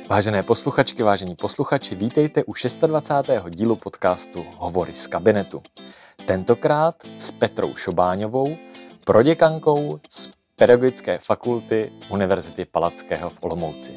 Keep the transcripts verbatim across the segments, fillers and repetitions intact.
Vážené posluchačky, vážení posluchači, vítejte u dvacátého šestého dílu podcastu Hovory z kabinetu. Tentokrát s Petrou Šobáňovou, proděkankou z Pedagogické fakulty Univerzity Palackého v Olomouci.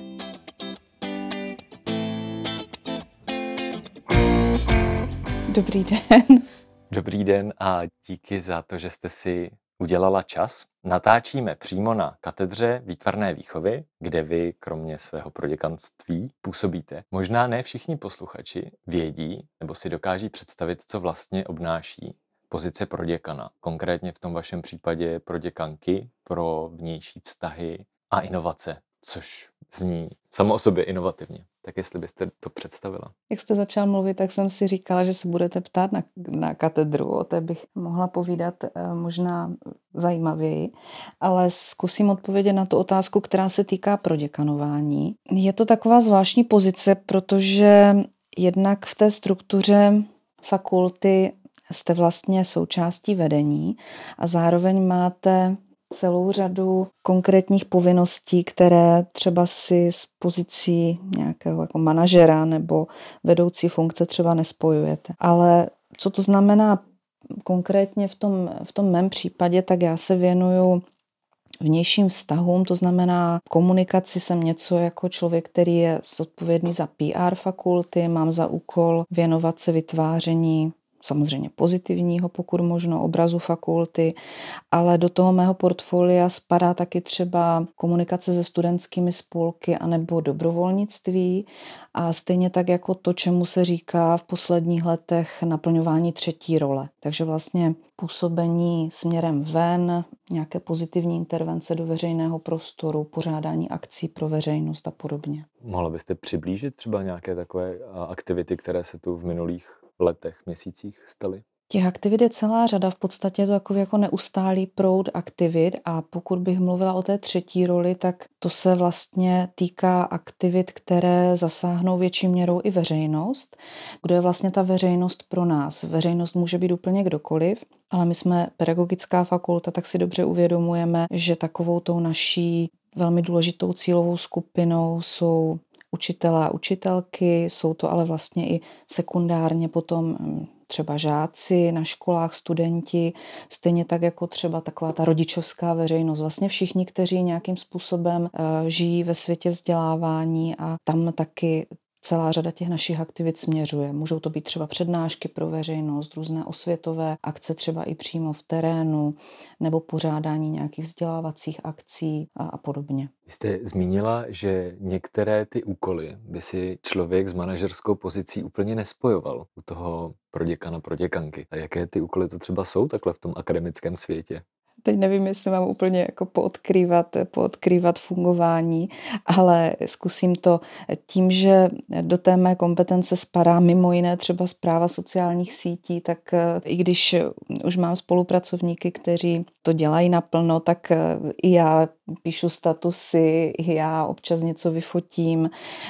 Dobrý den. Dobrý den a díky za to, že jste si udělala čas. Natáčíme přímo na katedře výtvarné výchovy, kde vy, kromě svého proděkanství, působíte. Možná ne všichni posluchači vědí nebo si dokáží představit, co vlastně obnáší pozice proděkana. Konkrétně v tom vašem případě proděkanky pro vnější vztahy a inovace, což zní samo o sobě inovativně. Tak jestli byste to představila. Jak jste začal mluvit, tak jsem si říkala, že se budete ptát na, na katedru, o té bych mohla povídat eh, možná zajímavěji, ale zkusím odpovědět na tu otázku, která se týká proděkanování. Je to taková zvláštní pozice, protože jednak v té struktuře fakulty jste vlastně součástí vedení a zároveň máte celou řadu konkrétních povinností, které třeba si s pozicí nějakého jako manažera nebo vedoucí funkce třeba nespojujete. Ale co to znamená konkrétně v tom, v tom mém případě, tak já se věnuju vnějším vztahům, to znamená komunikaci. Jsem něco jako člověk, který je zodpovědný za P R fakulty, mám za úkol věnovat se vytváření samozřejmě pozitivního, pokud možno, obrazu fakulty, ale do toho mého portfolia spadá taky třeba komunikace se studentskými spolky anebo dobrovolnictví a stejně tak jako to, čemu se říká v posledních letech naplňování třetí role. Takže vlastně působení směrem ven, nějaké pozitivní intervence do veřejného prostoru, pořádání akcí pro veřejnost a podobně. Mohla byste přiblížit třeba nějaké takové aktivity, které se tu v minulých letech, měsících staly? Těch aktivit je celá řada, v podstatě je to takový jako neustálý proud aktivit a pokud bych mluvila o té třetí roli, tak to se vlastně týká aktivit, které zasáhnou větší měrou i veřejnost. Kdo je vlastně ta veřejnost pro nás? Veřejnost může být úplně kdokoliv, ale my jsme pedagogická fakulta, tak si dobře uvědomujeme, že takovou tou naší velmi důležitou cílovou skupinou jsou učitelé a učitelky, jsou to ale vlastně i sekundárně potom třeba žáci na školách, studenti, stejně tak jako třeba taková ta rodičovská veřejnost. Vlastně všichni, kteří nějakým způsobem žijí ve světě vzdělávání a tam taky celá řada těch našich aktivit směřuje. Můžou to být třeba přednášky pro veřejnost, různé osvětové akce třeba i přímo v terénu, nebo pořádání nějakých vzdělávacích akcí a, a podobně. Jste zmínila, že některé ty úkoly by si člověk s manažerskou pozicí úplně nespojoval u toho proděkana, proděkanky. A jaké ty úkoly to třeba jsou takhle v tom akademickém světě? Teď nevím, jestli mám úplně jako poodkrývat, poodkrývat fungování, ale zkusím to tím, že do té mé kompetence spadá mimo jiné třeba správa sociálních sítí, tak i když už mám spolupracovníky, kteří to dělají naplno, tak i já píšu statusy, i já občas něco vyfotím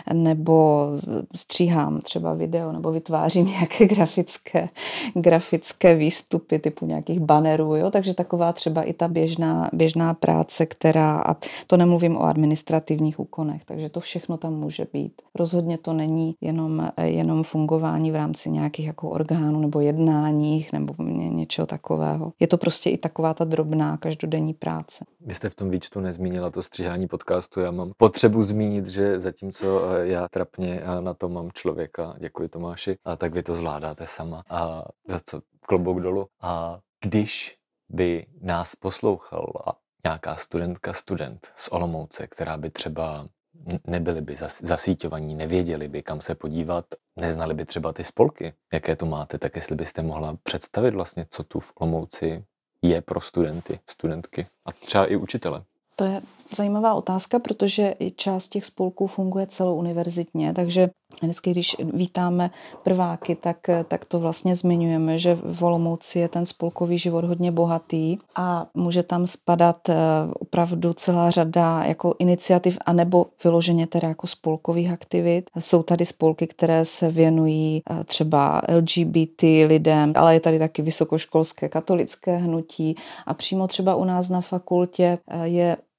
nebo stříhám třeba video nebo vytvářím nějaké grafické, grafické výstupy typu nějakých bannerů, jo? Takže taková třeba i ta běžná, běžná práce, která, a to nemluvím o administrativních úkonech, takže to všechno tam může být. Rozhodně to není jenom, jenom fungování v rámci nějakých jako orgánů nebo jednáních nebo něčeho takového. Je to prostě i taková ta drobná každodenní práce. Vy jste v tom výčtu nezmínila to stříhání podcastu. Já mám potřebu zmínit, že zatímco já trapně na to mám člověka, děkuji Tomáši, a tak vy to zvládáte sama. A za co klobouk dolů. A když by nás poslouchala nějaká studentka, student z Olomouce, která by třeba nebyli by zasíťovaní, nevěděli by, kam se podívat, neznali by třeba ty spolky, jaké tu máte, tak jestli byste mohla představit vlastně, co tu v Olomouci je pro studenty, studentky a třeba i učitele. To je zajímavá otázka, protože i část těch spolků funguje celouniverzitně, takže vždycky, když vítáme prváky, tak, tak to vlastně zmiňujeme, že v Olomouci je ten spolkový život hodně bohatý a může tam spadat opravdu celá řada jako iniciativ anebo vyloženě teda jako spolkových aktivit. Jsou tady spolky, které se věnují třeba L G B T lidem, ale je tady taky vysokoškolské katolické hnutí a přímo třeba u nás na fakultě je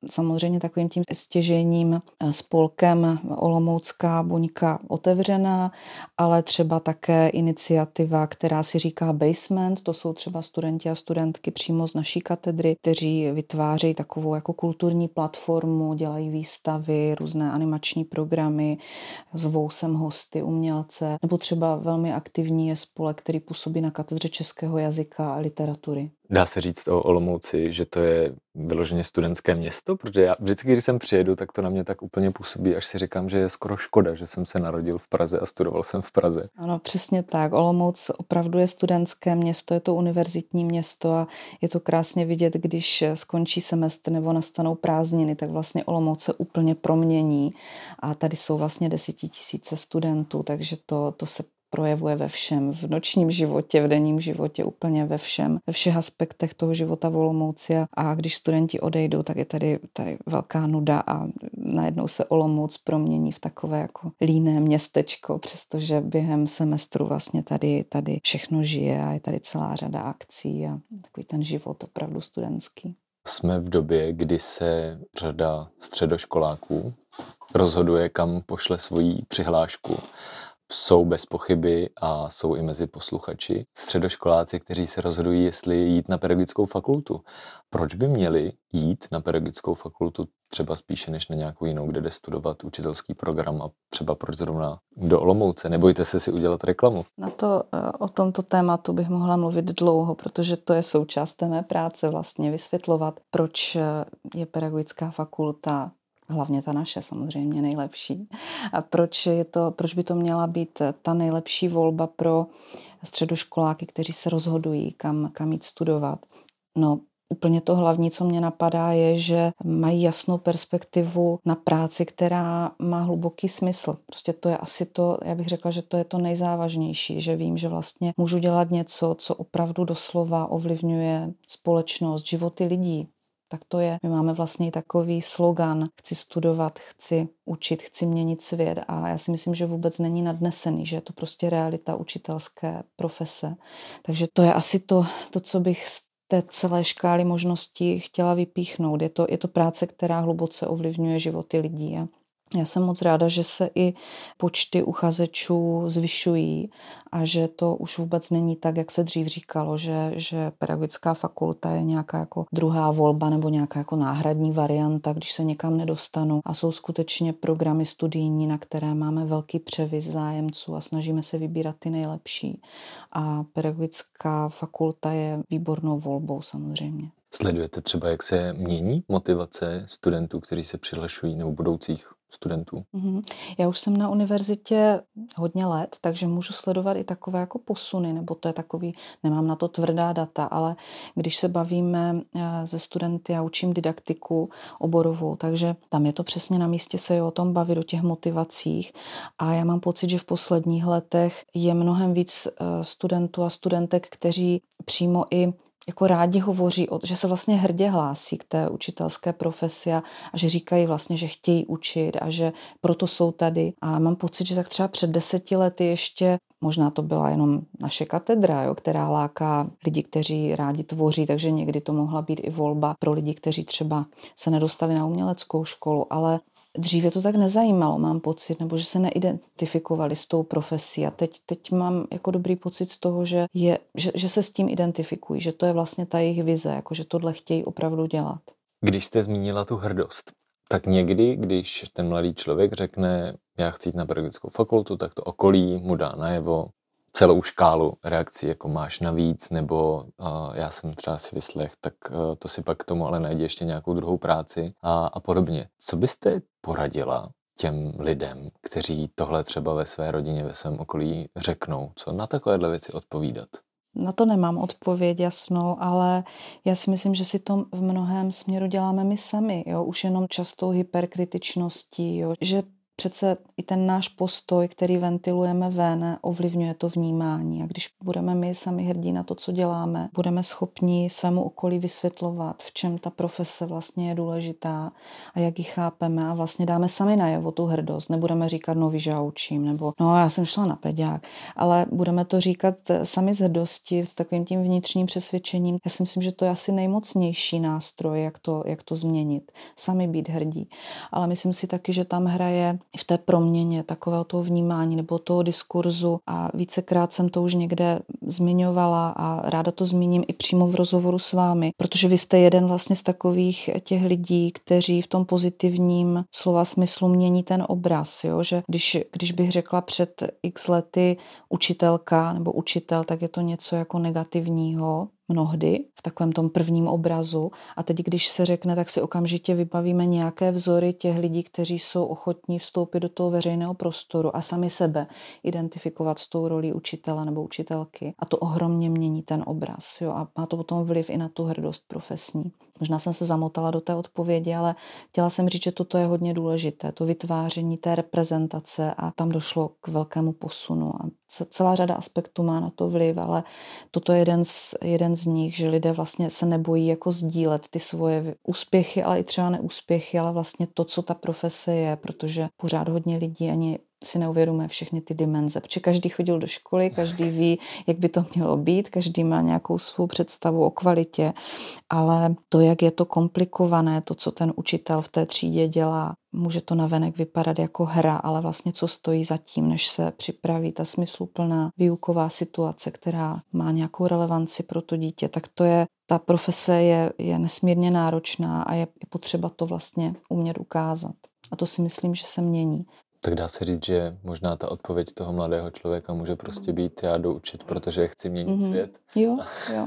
samozřejmě takovým tím stěžejním spolkem Olomoucká buňka otevřená, ale třeba také iniciativa, která si říká Basement, to jsou třeba studenti a studentky přímo z naší katedry, kteří vytvářejí takovou jako kulturní platformu, dělají výstavy, různé animační programy, zvou sem hosty, umělce, nebo třeba velmi aktivní je spolek, který působí na katedře českého jazyka a literatury. Dá se říct o Olomouci, že to je vyloženě studentské město? Protože já vždycky, když sem přijedu, tak to na mě tak úplně působí, až si říkám, že je skoro škoda, že jsem se narodil v Praze a studoval jsem v Praze. Ano, přesně tak. Olomouc opravdu je studentské město, je to univerzitní město a je to krásně vidět, když skončí semestr nebo nastanou prázdniny, tak vlastně Olomouc se úplně promění a tady jsou vlastně desetitisíce studentů, takže to, to se projevuje ve všem, v nočním životě, v denním životě, úplně ve všem, ve všech aspektech toho života v Olomouci. A když studenti odejdou, tak je tady, tady velká nuda a najednou se Olomouc promění v takové jako líné městečko, přestože během semestru vlastně tady, tady všechno žije a je tady celá řada akcí a takový ten život opravdu studentský. Jsme v době, kdy se řada středoškoláků rozhoduje, kam pošle svoji přihlášku. Jsou bez pochyby a jsou i mezi posluchači středoškoláci, kteří se rozhodují, jestli jít na pedagogickou fakultu. Proč by měli jít na pedagogickou fakultu třeba spíše než na nějakou jinou, kde jde studovat učitelský program a třeba proč zrovna do Olomouce? Nebojte se si udělat reklamu. Na to, o tomto tématu bych mohla mluvit dlouho, protože to je součást té mé práce vlastně vysvětlovat, proč je pedagogická fakulta, hlavně ta naše samozřejmě nejlepší. A proč, je to, proč by to měla být ta nejlepší volba pro středoškoláky, kteří se rozhodují, kam, kam jít studovat? No, úplně to hlavní, co mě napadá, je, že mají jasnou perspektivu na práci, která má hluboký smysl. Prostě to je asi to, já bych řekla, že to je to nejzávažnější, že vím, že vlastně můžu dělat něco, co opravdu doslova ovlivňuje společnost, životy lidí. Tak to je. My máme vlastně i takový slogan, chci studovat, chci učit, chci měnit svět a já si myslím, že vůbec není nadnesený, že je to prostě realita učitelské profese. Takže to je asi to, to co bych z té celé škály možností chtěla vypíchnout. Je to, je to práce, která hluboce ovlivňuje životy lidí. A já jsem moc ráda, že se i počty uchazečů zvyšují a že to už vůbec není tak, jak se dřív říkalo, že, že pedagogická fakulta je nějaká jako druhá volba nebo nějaká jako náhradní varianta, když se někam nedostanu. A jsou skutečně programy studijní, na které máme velký převis zájemců a snažíme se vybírat ty nejlepší. A pedagogická fakulta je výbornou volbou samozřejmě. Sledujete třeba, jak se mění motivace studentů, kteří se přihlašují, nebo budoucích studentů? Mm-hmm. Já už jsem na univerzitě hodně let, takže můžu sledovat i takové jako posuny, nebo to je takový, nemám na to tvrdá data, ale když se bavíme se studenty, já učím didaktiku oborovou, takže tam je to přesně na místě se o tom bavit, o těch motivacích a já mám pocit, že v posledních letech je mnohem víc studentů a studentek, kteří přímo i jako rádi hovoří, že se vlastně hrdě hlásí k té učitelské profesi a že říkají vlastně, že chtějí učit a že proto jsou tady. A mám pocit, že tak třeba před deseti lety ještě, možná to byla jenom naše katedra, jo, která láká lidi, kteří rádi tvoří, takže někdy to mohla být i volba pro lidi, kteří třeba se nedostali na uměleckou školu, ale dříve to tak nezajímalo, mám pocit, nebo že se neidentifikovali s tou profesí a teď, teď mám jako dobrý pocit z toho, že, je, že, že se s tím identifikují, že to je vlastně ta jejich vize, jako že tohle chtějí opravdu dělat. Když jste zmínila tu hrdost, tak někdy, když ten mladý člověk řekne, já chci jít na pedagogickou fakultu, tak to okolí mu dá najevo celou škálu reakcí, jako máš navíc, nebo uh, já jsem třeba si vyslech, tak uh, to si pak k tomu ale najde ještě nějakou druhou práci a, a podobně. Co byste poradila těm lidem, kteří tohle třeba ve své rodině, ve svém okolí řeknou? Co na takovéhle věci odpovídat? Na to nemám odpověď jasnou, ale já si myslím, že si to v mnohém směru děláme my sami. Jo? Už jenom častou hyperkritičností, jo? Že přece i ten náš postoj, který ventilujeme ven, ovlivňuje to vnímání. A když budeme my sami hrdí na to, co děláme, budeme schopni svému okolí vysvětlovat, v čem ta profese vlastně je důležitá a jak ji chápeme a vlastně dáme sami najevo tu hrdost. Nebudeme říkat, no víš, já učím, nebo no já jsem šla na peďák, ale budeme to říkat sami z hrdosti, s takovým tím vnitřním přesvědčením. Já si myslím, že to je asi nejmocnější nástroj, jak to, jak to změnit. Sami být hrdí. Ale myslím si taky, že tam hraje v té proměně takového toho vnímání nebo toho diskurzu a vícekrát jsem to už někde zmiňovala a ráda to zmíním i přímo v rozhovoru s vámi, protože vy jste jeden vlastně z takových těch lidí, kteří v tom pozitivním slova smyslu mění ten obraz, jo? Že když, když bych řekla před x lety učitelka nebo učitel, tak je to něco jako negativního, mnohdy v takovém tom prvním obrazu. A teď, když se řekne, tak si okamžitě vybavíme nějaké vzory těch lidí, kteří jsou ochotní vstoupit do toho veřejného prostoru a sami sebe identifikovat s tou rolí učitele nebo učitelky. A to ohromně mění ten obraz. Jo? A má to potom vliv i na tu hrdost profesní. Možná jsem se zamotala do té odpovědi, ale chtěla jsem říct, že toto je hodně důležité. To vytváření té reprezentace a tam došlo k velkému posunu. A celá řada aspektů má na to vliv, ale toto je jeden z, jeden z nich, že lidé vlastně se nebojí jako sdílet ty svoje úspěchy, ale i třeba neúspěchy, ale vlastně to, co ta profese je, protože pořád hodně lidí ani si neuvědomuje všechny ty dimenze. Protože každý chodil do školy, každý ví, jak by to mělo být, každý má nějakou svou představu o kvalitě, ale to, jak je to komplikované, to, co ten učitel v té třídě dělá, může to navenek vypadat jako hra, ale vlastně co stojí za tím, než se připraví ta smysluplná výuková situace, která má nějakou relevanci pro to dítě, tak to je, ta profese je, je nesmírně náročná a je, je potřeba to vlastně umět ukázat. A to si myslím, že se mění. Tak dá se říct, že možná ta odpověď toho mladého člověka může prostě být, já jdu učit, protože chci měnit mm-hmm. svět. Jo, jo.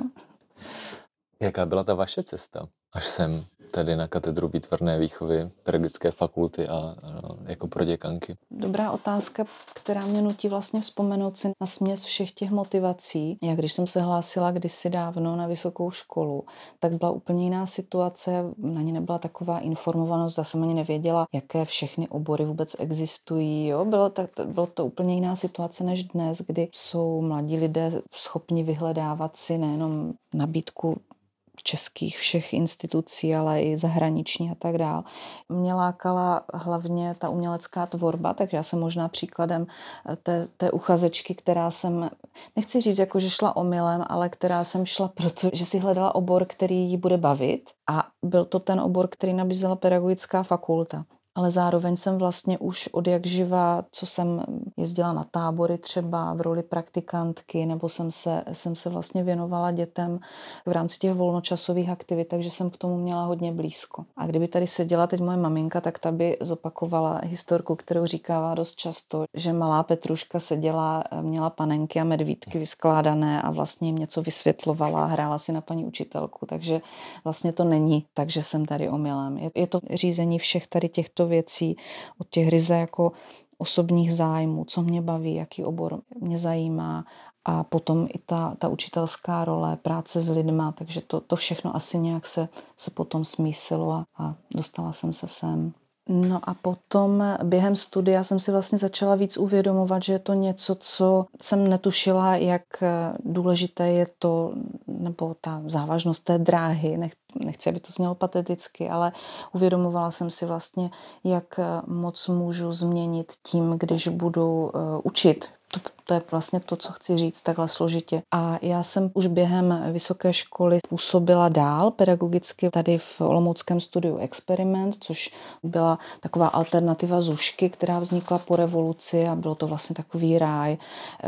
Jaká byla ta vaše cesta, až sem tady na katedru výtvarné výchovy pedagogické fakulty a, a jako proděkanky? Dobrá otázka, která mě nutí vlastně vzpomenout si na směs všech těch motivací. Já když jsem se hlásila kdysi dávno na vysokou školu, tak byla úplně jiná situace, na ní nebyla taková informovanost, já jsem ani nevěděla, jaké všechny obory vůbec existují. Jo? Bylo, tak, bylo to úplně jiná situace než dnes, kdy jsou mladí lidé schopni vyhledávat si nejenom nabídku českých všech institucí, ale i zahraniční a tak dál. Mě lákala hlavně ta umělecká tvorba, takže já jsem možná příkladem té, té uchazečky, která jsem, nechci říct, jako, že šla omylem, ale která jsem šla, protože si hledala obor, který ji bude bavit a byl to ten obor, který nabízela pedagogická fakulta. Ale zároveň jsem vlastně už od jak živa, co jsem jezdila na tábory třeba v roli praktikantky, nebo jsem se, jsem se vlastně věnovala dětem v rámci těch volnočasových aktivit, takže jsem k tomu měla hodně blízko. A kdyby tady seděla teď moje maminka, tak ta by zopakovala historku, kterou říkává dost často, že malá Petruška seděla, měla panenky a medvídky vyskládané a vlastně jim něco vysvětlovala, hrála si na paní učitelku, takže vlastně to není tak, že jsem tady omylem. Je, je to řízení všech tady těchto věcí, od těch ryze jako osobních zájmů, co mě baví, jaký obor mě zajímá a potom i ta, ta učitelská role, práce s lidma, takže to, to všechno asi nějak se, se potom smísilo a, a dostala jsem se sem. No a potom během studia jsem si vlastně začala víc uvědomovat, že je to něco, co jsem netušila, jak důležité je to, nebo ta závažnost té dráhy, Nech, nechci, aby to znělo pateticky, ale uvědomovala jsem si vlastně, jak moc můžu změnit tím, když budu uh, učit. To, to je vlastně to, co chci říct takhle složitě. A já jsem už během vysoké školy působila dál pedagogicky tady v olomouckém studiu Experiment, což byla taková alternativa Zušky, která vznikla po revoluci a bylo to vlastně takový ráj,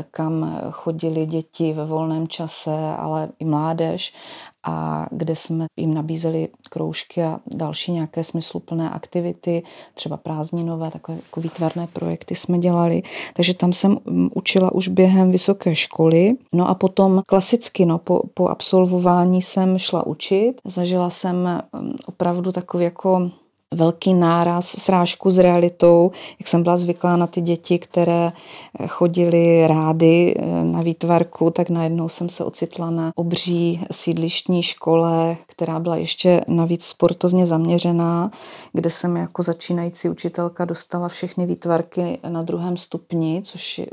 kam chodili děti ve volném čase, ale i mládež, a kde jsme jim nabízeli kroužky a další nějaké smysluplné aktivity, třeba prázdninové, takové jako výtvarné projekty jsme dělali. Takže tam jsem učila už během vysoké školy. No a potom klasicky, no, po, po absolvování jsem šla učit. Zažila jsem opravdu takový jako velký náraz, srážku s realitou, jak jsem byla zvyklá na ty děti, které chodily rády na výtvarku, tak najednou jsem se ocitla na obří sídlištní škole, která byla ještě navíc sportovně zaměřená, kde jsem jako začínající učitelka dostala všechny výtvarky na druhém stupni, což je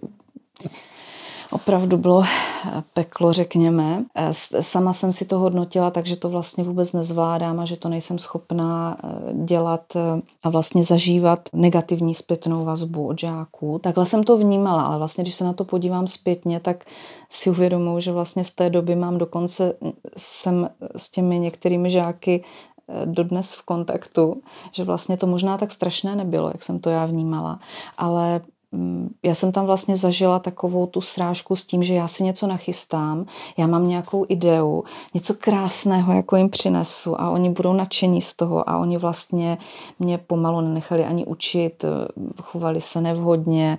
opravdu bylo peklo, řekněme. Sama jsem si to hodnotila, takže to vlastně vůbec nezvládám a že to nejsem schopná dělat a vlastně zažívat negativní zpětnou vazbu od žáků. Takhle jsem to vnímala, ale vlastně, když se na to podívám zpětně, tak si uvědomuji, že vlastně z té doby mám dokonce, jsem s těmi některými žáky dodnes v kontaktu, že vlastně to možná tak strašné nebylo, jak jsem to já vnímala, ale já jsem tam vlastně zažila takovou tu srážku s tím, že já si něco nachystám, já mám nějakou ideu, něco krásného, jako jim přinesu a oni budou nadšení z toho a oni vlastně mě pomalu nenechali ani učit, chovali se nevhodně,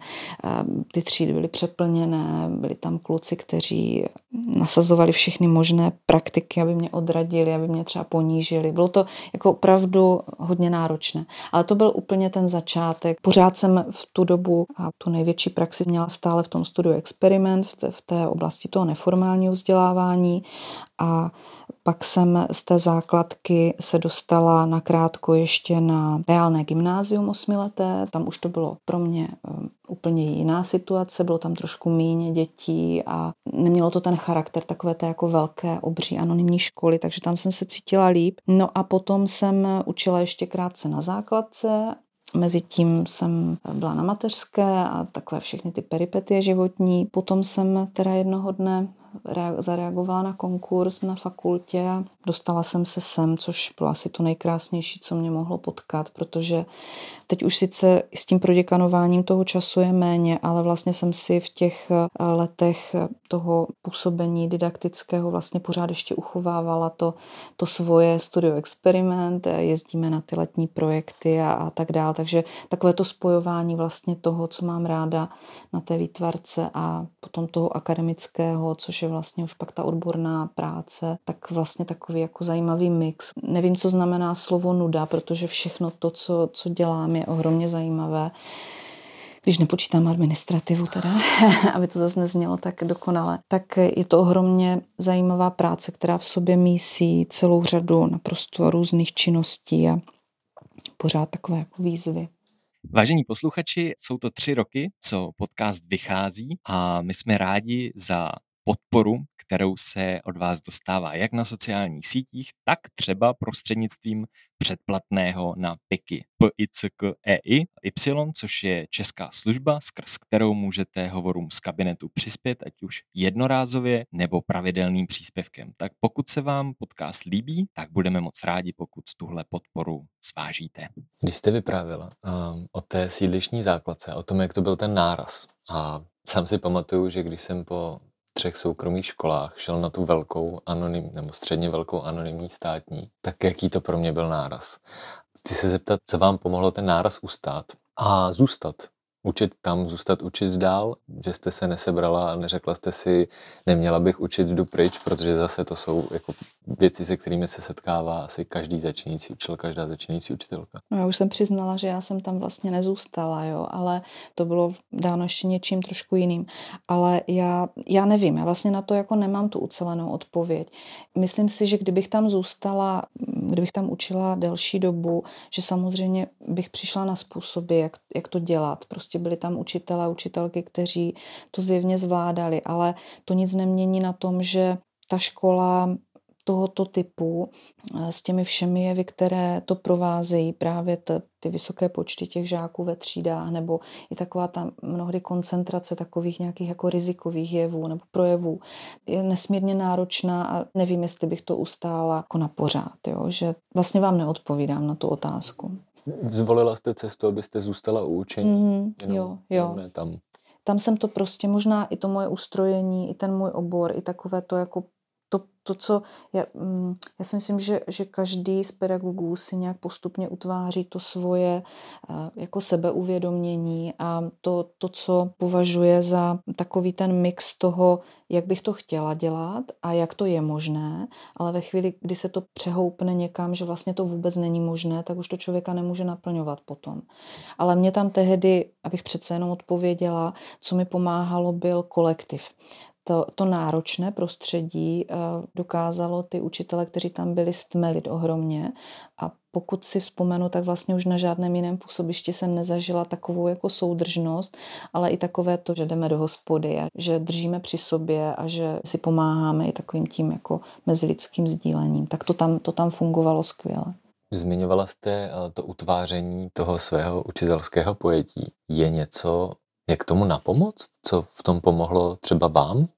ty třídy byly přeplněné, byli tam kluci, kteří nasazovali všechny možné praktiky, aby mě odradili, aby mě třeba ponížili. Bylo to jako opravdu hodně náročné, ale to byl úplně ten začátek. Pořád jsem v tu dobu a tu největší praxi měla stále v tom studiu Experiment, v té, v té oblasti toho neformálního vzdělávání a pak jsem z té základky se dostala nakrátko ještě na reálné gymnázium osmileté. Tam už to bylo pro mě úplně jiná situace, bylo tam trošku méně dětí a nemělo to ten charakter takové té jako velké, obří anonymní školy, takže tam jsem se cítila líp. No a potom jsem učila ještě krátce na základce. Mezitím jsem byla na mateřské a takové všechny ty peripetie životní. Potom jsem teda jednoho dne zareagovala na konkurs na fakultě a dostala jsem se sem, což bylo asi to nejkrásnější, co mě mohlo potkat, protože teď už sice s tím proděkanováním toho času je méně, ale vlastně jsem si v těch letech toho působení didaktického vlastně pořád ještě uchovávala to, to svoje studio Experiment, jezdíme na ty letní projekty a, a tak dále, takže takové to spojování vlastně toho, co mám ráda na té výtvarce a potom toho akademického, což je vlastně už pak ta odborná práce, tak vlastně takový jako zajímavý mix. Nevím, co znamená slovo nuda, protože všechno to, co, co dělám, je ohromně zajímavé. Když nepočítám administrativu teda, aby to zase neznělo tak dokonale, tak je to ohromně zajímavá práce, která v sobě mísí celou řadu naprosto různých činností a pořád takové jako výzvy. Vážení posluchači, jsou to tři roky, co podcast vychází a my jsme rádi za podporu, kterou se od vás dostává jak na sociálních sítích, tak třeba prostřednictvím předplatného na Piky. P I C K E I Y, což je česká služba, skrz kterou můžete hovorům z kabinetu přispět, ať už jednorázově nebo pravidelným příspěvkem. Tak pokud se vám podcast líbí, tak budeme moc rádi, pokud tuhle podporu zvážíte. Když jste vyprávěla um, o té sídlištní základce, o tom, jak to byl ten náraz, a sám si pamatuju, že když jsem po třech soukromých školách šel na tu velkou anonym, nebo středně velkou anonymní státní, tak jaký to pro mě byl náraz. Chci se zeptat, co vám pomohlo ten náraz ustát a zůstat. Učit tam, zůstat učit dál, že jste se nesebrala a neřekla jste si, neměla bych učit, jdu pryč, protože zase to jsou jako věci, se kterými se setkává asi každý začínající učitel, každá začínající učitelka. No, já už jsem přiznala, že já jsem tam vlastně nezůstala, jo, ale to bylo dáno ještě něčím trošku jiným. Ale já, já nevím, já vlastně na to jako nemám tu ucelenou odpověď. Myslím si, že kdybych tam zůstala, kdybych tam učila delší dobu, že samozřejmě bych přišla na způsoby, jak, jak to dělat. Prostě byli tam učitelé a učitelky, kteří to zjevně zvládali, ale to nic nemění na tom, že ta škola tohoto typu s těmi všemi jevy, které to provázejí, právě t, ty vysoké počty těch žáků ve třídách, nebo i taková ta mnohdy koncentrace takových nějakých jako rizikových jevů nebo projevů, je nesmírně náročná a nevím, jestli bych to ustála jako na pořád, jo? Že vlastně vám neodpovídám na tu otázku. Zvolila jste cestu, abyste zůstala u učení? Mm, jenom, jo, jo. Ne tam. Tam jsem to prostě, možná i to moje ustrojení, i ten můj obor, i takové to jako to, to co já, já si myslím, že, že každý z pedagogů si nějak postupně utváří to svoje jako sebeuvědomění a to, to, co považuje za takový ten mix toho, jak bych to chtěla dělat a jak to je možné, ale ve chvíli, kdy se to přehoupne někam, že vlastně to vůbec není možné, tak už to člověka nemůže naplňovat potom. Ale mě tam tehdy, abych přece jenom odpověděla, co mi pomáhalo, byl kolektiv. To, to náročné prostředí dokázalo ty učitele, kteří tam byli, stmelit ohromně. A pokud si vzpomenu, tak vlastně už na žádném jiném působišti jsem nezažila takovou jako soudržnost, ale i takové to, že jdeme do hospody a že držíme při sobě a že si pomáháme i takovým tím jako mezilidským sdílením. Tak to tam, to tam fungovalo skvěle. Zmiňovala jste to utváření toho svého učitelského pojetí. Je něco, jak tomu napomoct? Co v tom pomohlo třeba vám?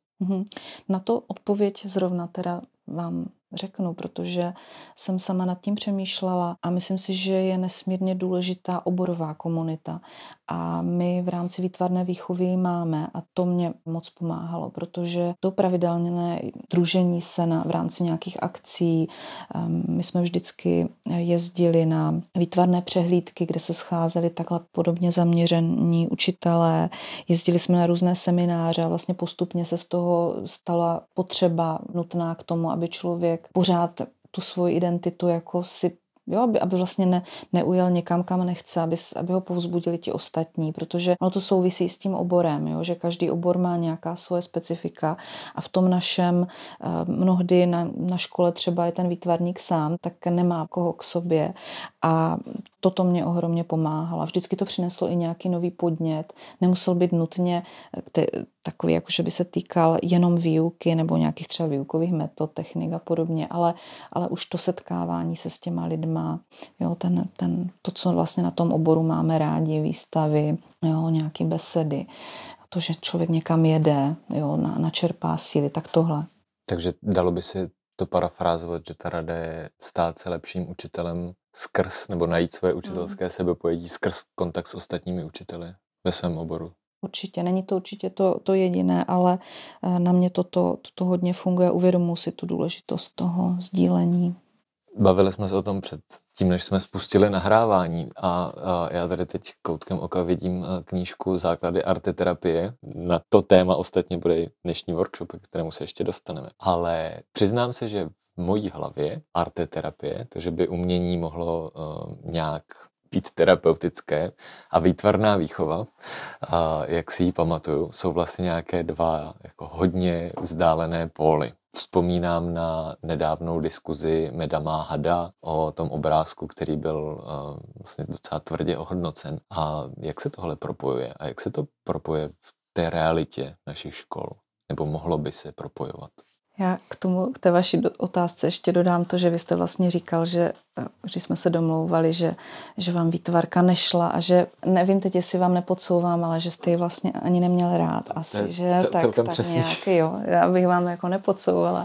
Na to odpověď zrovna teda vám řeknu, protože jsem sama nad tím přemýšlela a myslím si, že je nesmírně důležitá oborová komunita. A my v rámci výtvarné výchovy máme a to mě moc pomáhalo, protože to pravidelné družení se na, v rámci nějakých akcí, my jsme vždycky jezdili na výtvarné přehlídky, kde se scházeli takhle podobně zaměření učitelé, jezdili jsme na různé semináře a vlastně postupně se z toho stala potřeba nutná k tomu, aby člověk pořád tu svoji identitu jako si, jo, aby, aby vlastně ne, neujel někam, kam nechce, aby, aby ho povzbudili ti ostatní, protože ono to souvisí s tím oborem, jo, že každý obor má nějaká svoje specifika a v tom našem mnohdy na, na škole třeba je ten výtvarník sám, tak nemá koho k sobě a toto mě ohromně pomáhalo. Vždycky to přineslo i nějaký nový podnět. Nemusel být nutně te, takový, jako že by se týkal jenom výuky nebo nějakých třeba výukových metod, technik a podobně, ale, ale už to setkávání se s těma lidma, jo, ten, ten, to, co vlastně na tom oboru máme rádi, výstavy, jo, nějaký besedy, to, že člověk někam jede, jo, na, načerpá síly, tak tohle. Takže dalo by si to parafrázovat, že ta rada je stát se lepším učitelem skrz, nebo najít svoje učitelské mm. sebepojetí skrz kontakt s ostatními učiteli ve svém oboru. Určitě, není to určitě to, to jediné, ale na mě toto, toto hodně funguje. Uvědomuji si tu důležitost toho sdílení. Bavili jsme se o tom před tím, než jsme spustili nahrávání a, a já tady teď koutkem oka vidím knížku Základy arteterapie. Na to téma ostatně bude dnešní workshop, k kterému se ještě dostaneme. Ale přiznám se, že v mojí hlavě arteterapie, to, že by umění mohlo uh, nějak být terapeutické a výtvarná výchova, a jak si ji pamatuju, jsou vlastně nějaké dva jako hodně vzdálené póly. Vzpomínám na nedávnou diskuzi Medama Hada o tom obrázku, který byl uh, vlastně docela tvrdě ohodnocen. A jak se tohle propojuje? A jak se to propojuje v té realitě našich škol? Nebo mohlo by se propojovat? Já k tomu, k té vaší otázce ještě dodám to, že vy jste vlastně říkal, že když jsme se domlouvali, že, že vám výtvarka nešla a že, nevím teď, jestli vám nepodsouvám, ale že jste ji vlastně ani neměl rád asi, že cel, tak, celkem tak přesně. nějak, jo, já bych vám jako nepodsouvala.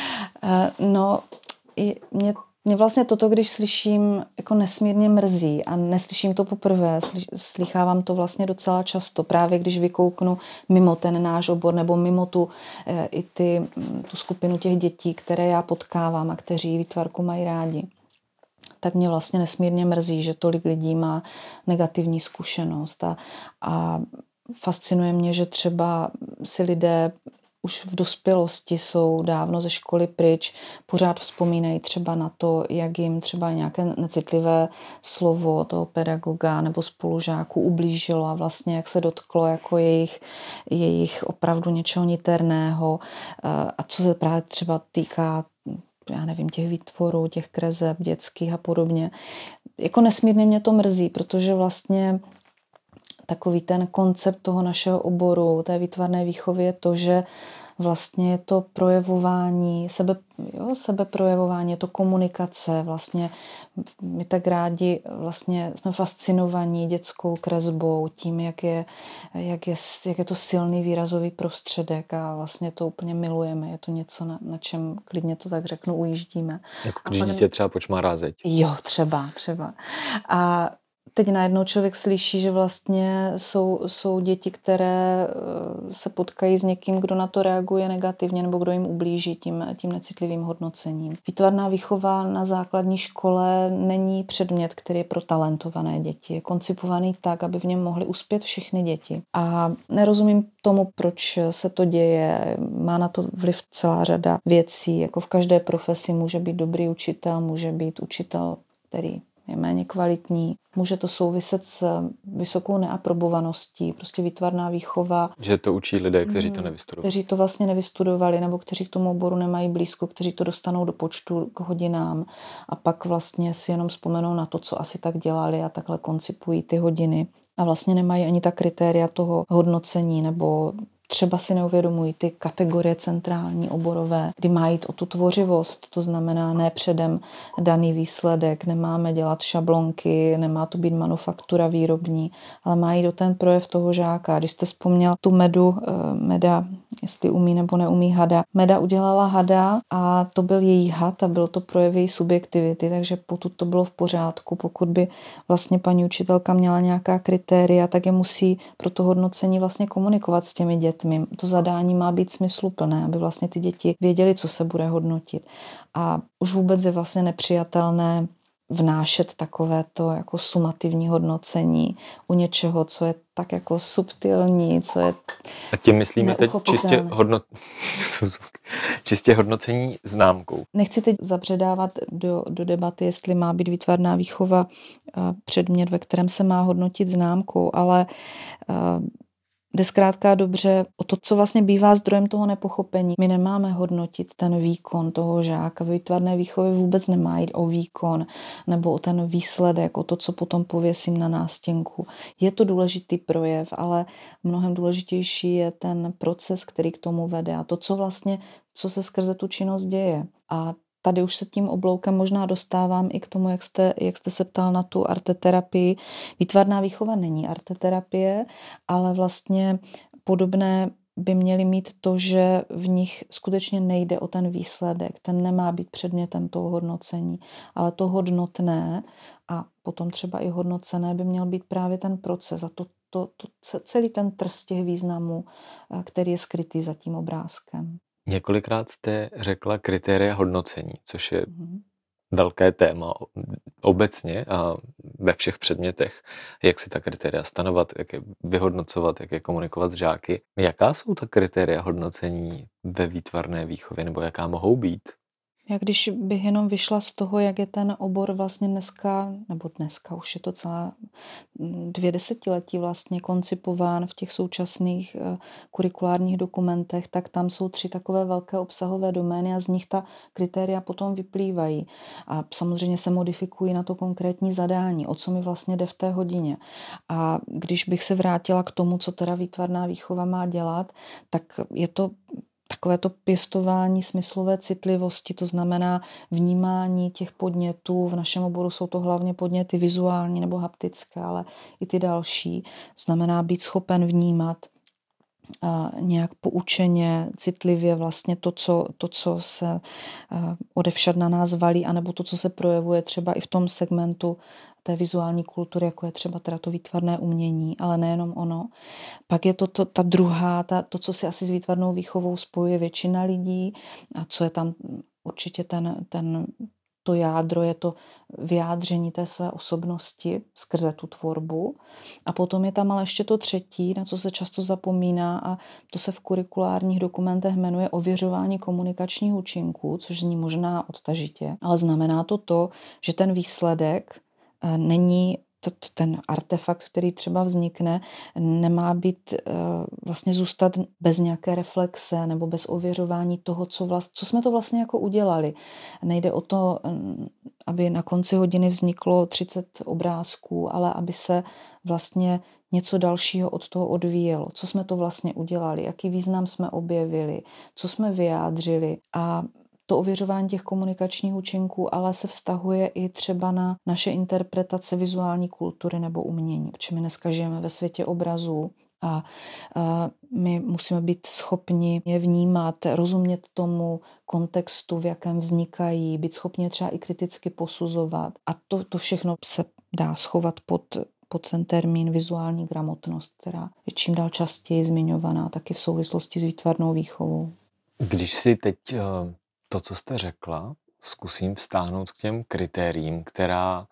No, mě Mě vlastně toto, když slyším, jako nesmírně mrzí a neslyším to poprvé, slychávám to vlastně docela často, právě když vykouknu mimo ten náš obor nebo mimo tu, i ty, tu skupinu těch dětí, které já potkávám a kteří výtvarku mají rádi. Tak mě vlastně nesmírně mrzí, že tolik lidí má negativní zkušenost a, a fascinuje mě, že třeba si lidé už v dospělosti jsou dávno ze školy pryč, pořád vzpomínají třeba na to, jak jim třeba nějaké necitlivé slovo toho pedagoga nebo spolužáků ublížilo a vlastně jak se dotklo jako jejich, jejich opravdu něčeho niterného a co se právě třeba týká, já nevím, těch výtvorů, těch kreseb dětských a podobně. Jako nesmírně mě to mrzí, protože vlastně takový ten koncept toho našeho oboru, té výtvarné výchovy je to, že vlastně je to projevování, sebe, jo, sebeprojevování, je to komunikace, vlastně my tak rádi vlastně jsme fascinovaní dětskou kresbou, tím, jak je, jak je, jak je to silný výrazový prostředek a vlastně to úplně milujeme, je to něco, na, na čem klidně to tak řeknu, ujíždíme. Jako když dítě třeba počmárá zeď. Jo, třeba, třeba. A teď najednou člověk slyší, že vlastně jsou, jsou děti, které se potkají s někým, kdo na to reaguje negativně nebo kdo jim ublíží tím, tím necitlivým hodnocením. Výtvarná výchova na základní škole není předmět, který je pro talentované děti. Je koncipovaný tak, aby v něm mohly uspět všechny děti. A nerozumím tomu, proč se to děje. Má na to vliv celá řada věcí. Jako v každé profesi může být dobrý učitel, může být učitel, který je méně kvalitní. Může to souviset s vysokou neaprobovaností, prostě výtvarná výchova. Že to učí lidé, kteří to nevystudovali. Kteří to vlastně nevystudovali, nebo kteří k tomu oboru nemají blízko, kteří to dostanou do počtu k hodinám a pak vlastně si jenom vzpomenou na to, co asi tak dělali a takhle koncipují ty hodiny. A vlastně nemají ani ta kritéria toho hodnocení, nebo třeba si neuvědomují ty kategorie centrální, oborové, kdy má jít o tu tvořivost, to znamená ne předem daný výsledek, nemáme dělat šablonky, nemá to být manufaktura výrobní, ale má jít o ten projev toho žáka. Když jste vzpomněl tu Medu, Meda, jestli umí nebo neumí hada, Meda udělala hada a to byl její had a byl to projev její subjektivity, takže potud to bylo v pořádku. Pokud by vlastně paní učitelka měla nějaká kritéria, tak je musí pro to hodnocení vlastně komunikovat s těmi dětmi. To zadání má být smysluplné, aby vlastně ty děti věděly, co se bude hodnotit. A už vůbec je vlastně nepřijatelné vnášet takovéto jako sumativní hodnocení u něčeho, co je tak jako subtilní, co je A tím myslíme teď čistě, hodnot... čistě hodnocení známkou. Nechci teď zabředávat do, do debaty, jestli má být výtvarná výchova předmět, ve kterém se má hodnotit známkou, ale jde zkrátka dobře o to, co vlastně bývá zdrojem toho nepochopení. My nemáme hodnotit ten výkon toho žáka. Ve výtvarné výchově vůbec nemá jít o výkon nebo o ten výsledek, o to, co potom pověsím na nástěnku. Je to důležitý projev, ale mnohem důležitější je ten proces, který k tomu vede a to, co vlastně, co se skrze tu činnost děje. A tady už se tím obloukem možná dostávám i k tomu, jak jste, jak jste se ptal na tu arteterapii. Výtvarná výchova není arteterapie, ale vlastně podobné by měly mít to, že v nich skutečně nejde o ten výsledek. Ten nemá být předmětem toho hodnocení, ale to hodnotné a potom třeba i hodnocené by měl být právě ten proces a to, to, to, celý ten trst těch významů, který je skrytý za tím obrázkem. Několikrát jste řekla kritéria hodnocení, což je velké téma obecně a ve všech předmětech. Jak si ta kritéria stanovat, jak je vyhodnocovat, jak je komunikovat s žáky. Jaká jsou ta kritéria hodnocení ve výtvarné výchově, nebo jaká mohou být? Já když bych jenom vyšla z toho, jak je ten obor vlastně dneska, nebo dneska už je to celá dvě desetiletí vlastně koncipován v těch současných kurikulárních dokumentech, tak tam jsou tři takové velké obsahové domény a z nich ta kritéria potom vyplývají. A samozřejmě se modifikují na to konkrétní zadání, o co mi vlastně jde v té hodině. A když bych se vrátila k tomu, co teda výtvarná výchova má dělat, tak je to takové to pěstování smyslové citlivosti, to znamená vnímání těch podnětů. V našem oboru jsou to hlavně podněty vizuální nebo haptické, ale i ty další. To znamená být schopen vnímat nějak poučeně, citlivě vlastně to, co, to, co se odevšad na nás valí, anebo to, co se projevuje třeba i v tom segmentu té vizuální kultury, jako je třeba teda to výtvarné umění, ale nejenom ono. Pak je to, to ta druhá, ta, to, co si asi s výtvarnou výchovou spojuje většina lidí a co je tam určitě ten, ten to jádro, je to vyjádření té své osobnosti skrze tu tvorbu. A potom je tam ale ještě to třetí, na co se často zapomíná a to se v kurikulárních dokumentech jmenuje ověřování komunikačních účinků, což zní možná odtažitě, ale znamená to to, že ten výsledek není ten artefakt, který třeba vznikne, nemá být vlastně zůstat bez nějaké reflexe nebo bez ověřování toho, co, vlast, co jsme to vlastně jako udělali. Nejde o to, aby na konci hodiny vzniklo třicet obrázků, ale aby se vlastně něco dalšího od toho odvíjelo. Co jsme to vlastně udělali, jaký význam jsme objevili, co jsme vyjádřili a to ověřování těch komunikačních účinků ale se vztahuje i třeba na naše interpretace vizuální kultury nebo umění, protože my dneska žijeme ve světě obrazů a, a my musíme být schopni je vnímat, rozumět tomu kontextu, v jakém vznikají, být schopni třeba i kriticky posuzovat. A to, to všechno se dá schovat pod, pod ten termín vizuální gramotnost, která je čím dál častěji zmiňovaná taky v souvislosti s výtvarnou výchovou. Když si teď to, co jste řekla, zkusím vztáhnout k těm kritériím, která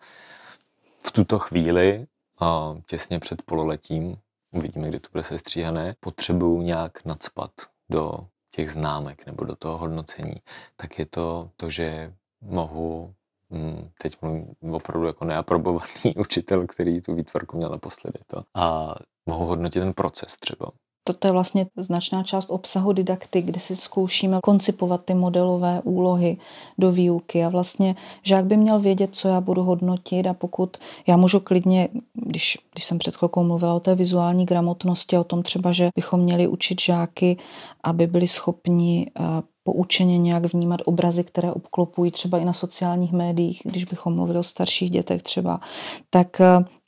v tuto chvíli, těsně před pololetím, uvidíme, kdy to bude sestříhané, potřebuju nějak nacpat do těch známek nebo do toho hodnocení, tak je to to, že mohu, teď mluvím opravdu jako neaprobovaný učitel, který tu výtvarku měl naposledy, to, a mohu hodnotit ten proces třeba. Toto je vlastně značná část obsahu didaktik, kde si zkoušíme koncipovat ty modelové úlohy do výuky a vlastně žák by měl vědět, co já budu hodnotit a pokud já můžu klidně, když, když jsem před chvilkou mluvila o té vizuální gramotnosti, o tom třeba, že bychom měli učit žáky, aby byli schopni poučeně nějak vnímat obrazy, které obklopují třeba i na sociálních médiích, když bychom mluvili o starších dětech třeba, tak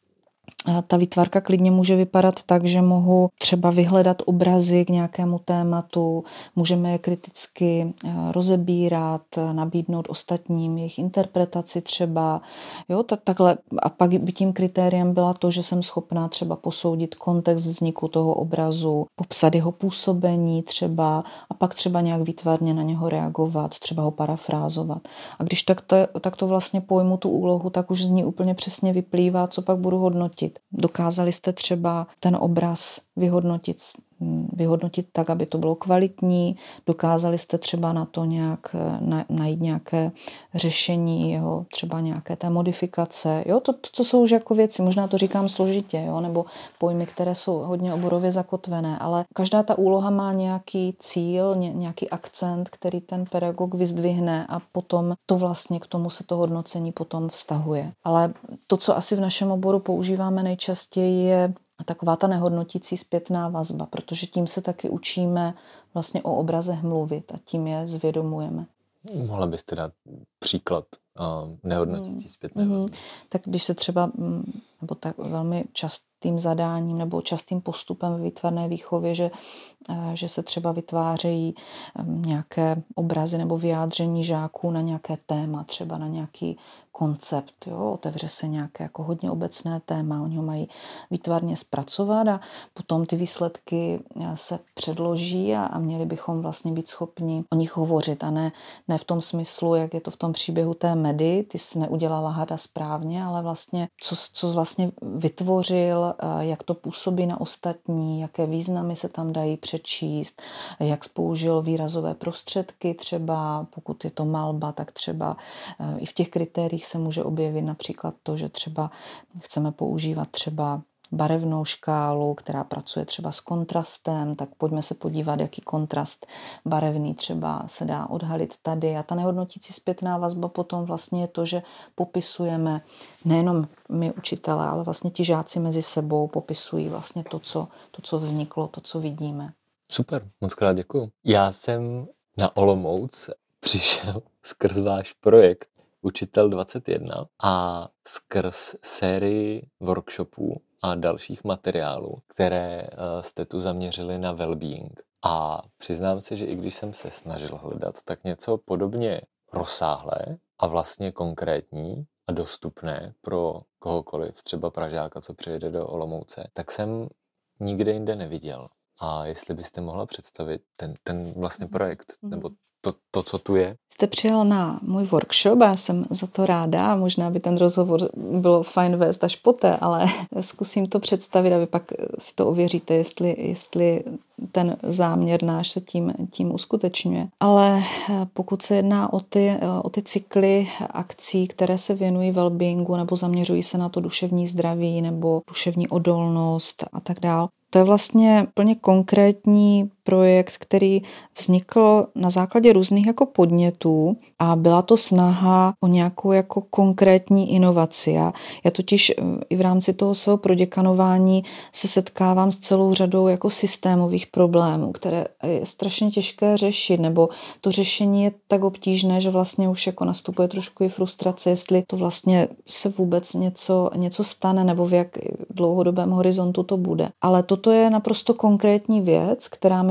ta výtvarka klidně může vypadat tak, že mohu třeba vyhledat obrazy k nějakému tématu, můžeme je kriticky rozebírat, nabídnout ostatním jejich interpretaci třeba. Jo, takhle. A pak by tím kritériem byla to, že jsem schopná třeba posoudit kontext vzniku toho obrazu, popsat jeho působení třeba a pak třeba nějak výtvarně na něho reagovat, třeba ho parafrázovat. A když takto, takto vlastně pojmu tu úlohu, tak už z ní úplně přesně vyplývá, co pak budu hodnotit. Dokázali jste třeba ten obraz vyhodnotit, vyhodnotit tak, aby to bylo kvalitní, dokázali jste třeba na to nějak najít nějaké řešení, jeho třeba nějaké té modifikace. Jo, to, to, to jsou už jako věci, možná to říkám složitě, jo, nebo pojmy, které jsou hodně oborově zakotvené, ale každá ta úloha má nějaký cíl, ně, nějaký akcent, který ten pedagog vyzdvihne a potom to vlastně k tomu se to hodnocení potom vztahuje. Ale to, co asi v našem oboru používáme nejčastěji, je taková ta nehodnotící zpětná vazba, protože tím se taky učíme vlastně o obrazech mluvit a tím je zvědomujeme. Mohla byste dát příklad uh, nehodnotící zpětné vazby? Mm-hmm. Tak když se třeba, nebo tak velmi častým zadáním nebo častým postupem ve výtvarné výchově, že, že se třeba vytvářejí nějaké obrazy nebo vyjádření žáků na nějaké téma, třeba na nějaký koncept, jo, otevře se nějaké jako hodně obecné téma, oni ho mají výtvarně zpracovat a potom ty výsledky se předloží a, a měli bychom vlastně být schopni o nich hovořit a ne, ne v tom smyslu, jak je to v tom příběhu té Medy, ty jsi neudělala hada správně, ale vlastně co, co vlastně vytvořil, jak to působí na ostatní, jaké významy se tam dají přečíst, jak použil výrazové prostředky třeba, pokud je to malba, tak třeba i v těch kritériích se může objevit například to, že třeba chceme používat třeba barevnou škálu, která pracuje třeba s kontrastem, tak pojďme se podívat, jaký kontrast barevný třeba se dá odhalit tady. A ta nehodnotící zpětná vazba potom vlastně je to, že popisujeme nejenom my učitelé, ale vlastně ti žáci mezi sebou popisují vlastně to, co, to, co vzniklo, to, co vidíme. Super, moc krát děkuju. Já jsem na Olomouc přišel skrz váš projekt Učitel dvacet jedna a skrz sérii workshopů a dalších materiálů, které jste tu zaměřili na well-being. A přiznám se, že i když jsem se snažil hledat, tak něco podobně rozsáhlé a vlastně konkrétní a dostupné pro kohokoliv, třeba Pražáka, co přijede do Olomouce, tak jsem nikde jinde neviděl. A jestli byste mohla představit ten, ten vlastně projekt, nebo to, to, co tu je. Jste přijel na můj workshop a já jsem za to ráda. Možná by ten rozhovor bylo fajn vést až poté, ale zkusím to představit a vy pak si to ověříte, jestli, jestli ten záměr náš se tím, tím uskutečňuje. Ale pokud se jedná o ty, o ty cykly akcí, které se věnují wellbeingu nebo zaměřují se na to duševní zdraví nebo duševní odolnost a tak dále, to je vlastně plně konkrétní projekt, který vznikl na základě různých jako podnětů a byla to snaha o nějakou jako konkrétní inovaci. Já, já totiž i v rámci toho svého proděkanování se setkávám s celou řadou jako systémových problémů, které je strašně těžké řešit, nebo to řešení je tak obtížné, že vlastně už jako nastupuje trošku i frustrace, jestli to vlastně se vůbec něco, něco stane, nebo v jak dlouhodobém horizontu to bude. Ale toto je naprosto konkrétní věc, která mi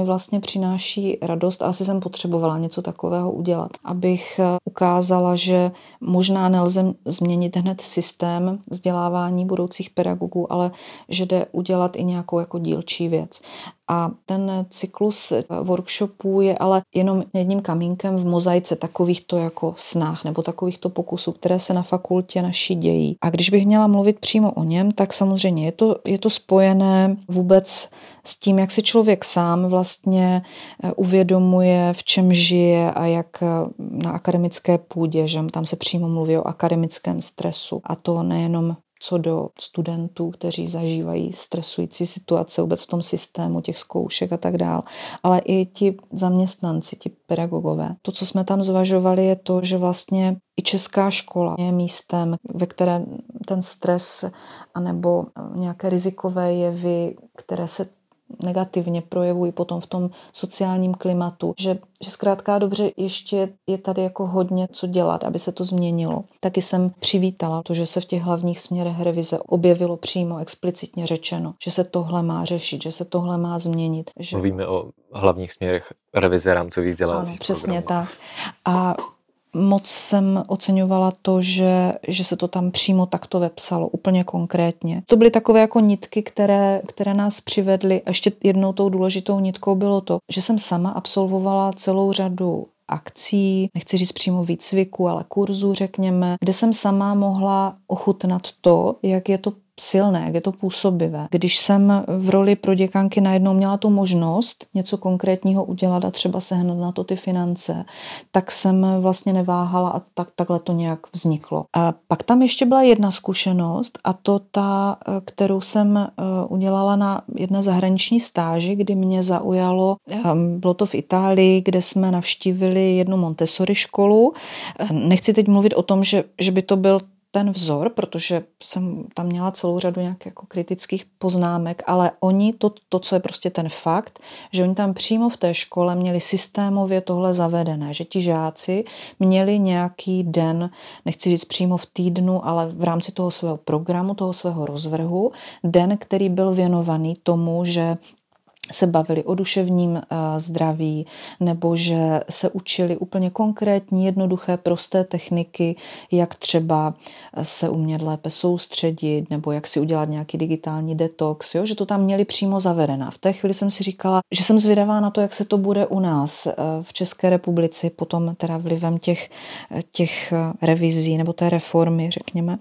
mi vlastně přináší radost a asi jsem potřebovala něco takového udělat, abych ukázala, že možná nelze změnit hned systém vzdělávání budoucích pedagogů, ale že jde udělat i nějakou jako dílčí věc. A ten cyklus workshopů je ale jenom jedním kamínkem v mozaice takovýchto jako snah nebo takovýchto pokusů, které se na fakultě naší dějí. A když bych měla mluvit přímo o něm, tak samozřejmě je to, je to spojené vůbec s tím, jak si člověk sám vlastně uvědomuje, v čem žije a jak na akademické půdě, že tam se přímo mluví o akademickém stresu. A to nejenom co do studentů, kteří zažívají stresující situace vůbec v tom systému těch zkoušek a tak dál, ale i ti zaměstnanci, ti pedagogové. To, co jsme tam zvažovali, je to, že vlastně i česká škola je místem, ve které ten stres anebo nějaké rizikové jevy, které se negativně projevují potom v tom sociálním klimatu, že, že zkrátka dobře ještě je tady jako hodně co dělat, aby se to změnilo. Taky jsem přivítala to, že se v těch hlavních směrech revize objevilo přímo explicitně řečeno, že se tohle má řešit, že se tohle má změnit. Že... Mluvíme o hlavních směrech revize rámcových vzdělávacích Ano, přesně programů. tak. A moc jsem oceňovala to, že, že se to tam přímo takto vepsalo, úplně konkrétně. To byly takové jako nitky, které, které nás přivedly. A ještě jednou tou důležitou nitkou bylo to, že jsem sama absolvovala celou řadu akcí, nechci říct přímo výcviku, ale kurzů, řekněme, kde jsem sama mohla ochutnat to, jak je to silné, jak je to působivé. Když jsem v roli proděkanky najednou měla tu možnost něco konkrétního udělat a třeba sehnat na to ty finance, tak jsem vlastně neváhala a tak, takhle to nějak vzniklo. A pak tam ještě byla jedna zkušenost a to ta, kterou jsem udělala na jedné zahraniční stáži, kdy mě zaujalo, bylo to v Itálii, kde jsme navštívili jednu Montessori školu. Nechci teď mluvit o tom, že, že by to byl ten vzor, protože jsem tam měla celou řadu nějakých jako kritických poznámek, ale oni, to, to, co je prostě ten fakt, že oni tam přímo v té škole měli systémově tohle zavedené, že ti žáci měli nějaký den, nechci říct přímo v týdnu, ale v rámci toho svého programu, toho svého rozvrhu, den, který byl věnovaný tomu, že se bavili o duševním zdraví nebo že se učili úplně konkrétní, jednoduché, prosté techniky, jak třeba se umět lépe soustředit nebo jak si udělat nějaký digitální detox, jo? Že to tam měli přímo zavedené. V té chvíli jsem si říkala, že jsem zvědavá na to, jak se to bude u nás v České republice, potom teda vlivem těch, těch revizí nebo té reformy, řekněme,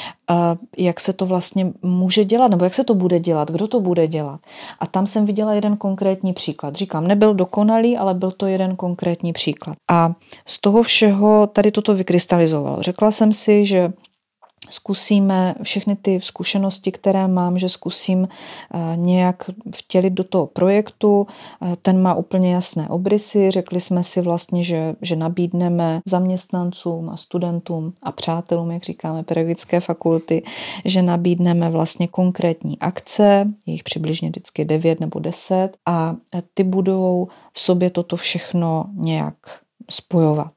jak se to vlastně může dělat nebo jak se to bude dělat, kdo to bude dělat. A tam jsem viděla jeden konkrétní příklad. Říkám, nebyl dokonalý, ale byl to jeden konkrétní příklad. A z toho všeho tady toto vykrystalizovalo. Řekla jsem si, že zkusíme všechny ty zkušenosti, které mám, že zkusím nějak vtělit do toho projektu. Ten má úplně jasné obrysy. Řekli jsme si vlastně, že, že nabídneme zaměstnancům a studentům a přátelům, jak říkáme, pedagogické fakulty, že nabídneme vlastně konkrétní akce, jich přibližně vždycky devět nebo deset a ty budou v sobě toto všechno nějak spojovat.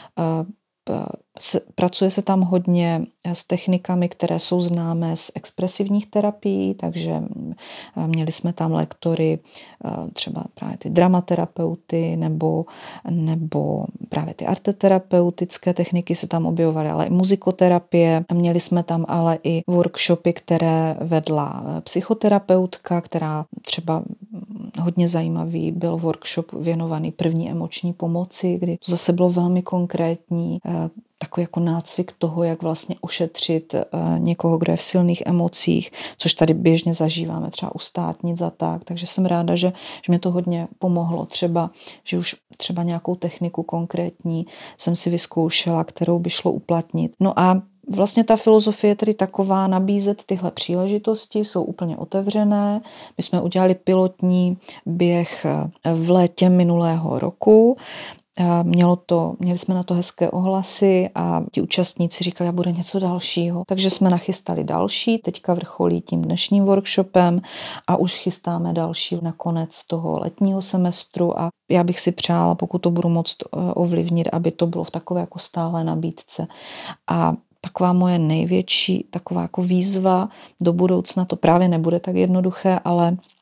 Pracuje se tam hodně s technikami, které jsou známé z expresivních terapií, takže měli jsme tam lektory, třeba právě ty dramaterapeuty nebo, nebo právě ty arteterapeutické techniky se tam objevovaly, ale i muzikoterapie. Měli jsme tam ale i workshopy, které vedla psychoterapeutka, která třeba hodně zajímavý byl workshop věnovaný první emoční pomoci, kdy to zase bylo velmi konkrétní, takový jako nácvik toho, jak vlastně ošetřit někoho, kdo je v silných emocích, což tady běžně zažíváme třeba u státnic a tak. Takže jsem ráda, že, že mě to hodně pomohlo. Třeba, že už třeba nějakou techniku konkrétní jsem si vyzkoušela, kterou by šlo uplatnit. No a vlastně ta filozofie je tedy taková, nabízet tyhle příležitosti, jsou úplně otevřené. My jsme udělali pilotní běh v létě minulého roku. Mělo to, měli jsme na to hezké ohlasy a ti účastníci říkali, že bude něco dalšího. Takže jsme nachystali další, teďka vrcholí tím dnešním workshopem a už chystáme další na konec toho letního semestru a já bych si přála, pokud to budu moct ovlivnit, aby to bylo v takové jako stálé nabídce. A taková moje největší taková jako výzva do budoucna, to právě nebude tak jednoduché, ale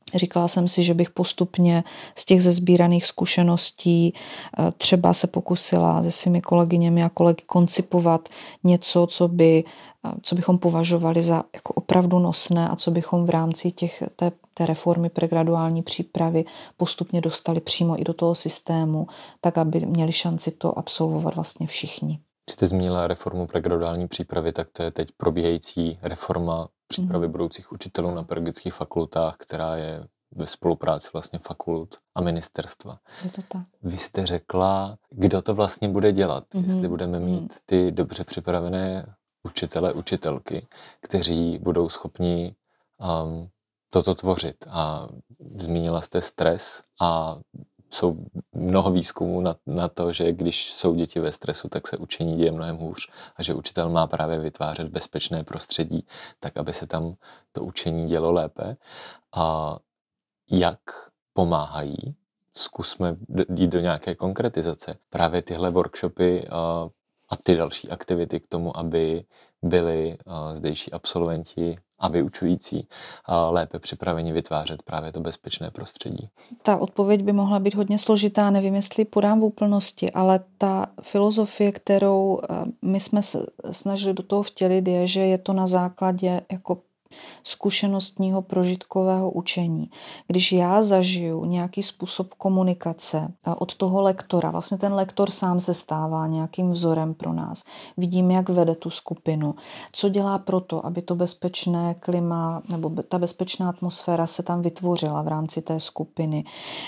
Říkala jsem si, že bych postupně z těch zesbíraných zkušeností třeba se pokusila se svými kolegyněmi a kolegy koncipovat něco, co by, co bychom považovali za jako opravdu nosné a co bychom v rámci těch, té, té reformy pregraduální přípravy postupně dostali přímo i do toho systému, tak aby měli šanci to absolvovat vlastně všichni. Když jste zmínila reformu pregraduální přípravy, tak to je teď probíhající reforma přípravy mm. budoucích učitelů na pedagogických fakultách, která je ve spolupráci vlastně fakult a ministerstva. Je to tak. Vy jste řekla, kdo to vlastně bude dělat, mm. jestli budeme mít mm. ty dobře připravené učitele, učitelky, kteří budou schopni um, toto tvořit. A zmínila jste stres a jsou mnoho výzkumů na, na to, že když jsou děti ve stresu, tak se učení děje mnohem hůř a že učitel má právě vytvářet bezpečné prostředí, tak aby se tam to učení dělo lépe. A jak pomáhají, zkusme jít do nějaké konkretizace, právě tyhle workshopy a, a ty další aktivity k tomu, aby byli a, zdejší absolventi a vyučující a lépe připraveni vytvářet právě to bezpečné prostředí. Ta odpověď by mohla být hodně složitá, nevím, jestli podám v úplnosti, ale ta filozofie, kterou my jsme se snažili do toho vtělit, je, že je to na základě jako zkušenostního prožitkového učení. Když já zažiju nějaký způsob komunikace od toho lektora, vlastně ten lektor sám se stává nějakým vzorem pro nás. Vidím, jak vede tu skupinu, co dělá proto, aby to bezpečné klima nebo ta bezpečná atmosféra se tam vytvořila v rámci té skupiny.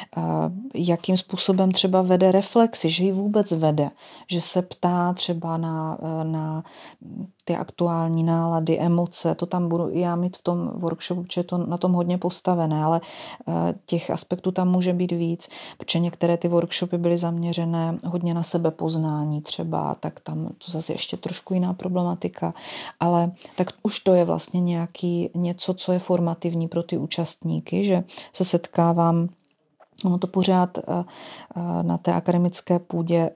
Jakým způsobem třeba vede reflexi, že ji vůbec vede, že se ptá třeba na, na ty aktuální nálady, emoce, to tam budu i já mít v tom workshopu, protože je to na tom hodně postavené, ale těch aspektů tam může být víc, protože některé ty workshopy byly zaměřené hodně na sebepoznání třeba, tak tam to zase ještě trošku jiná problematika, ale tak už to je vlastně nějaký něco, co je formativní pro ty účastníky, že se setkávám, ono to pořád na té akademické půdě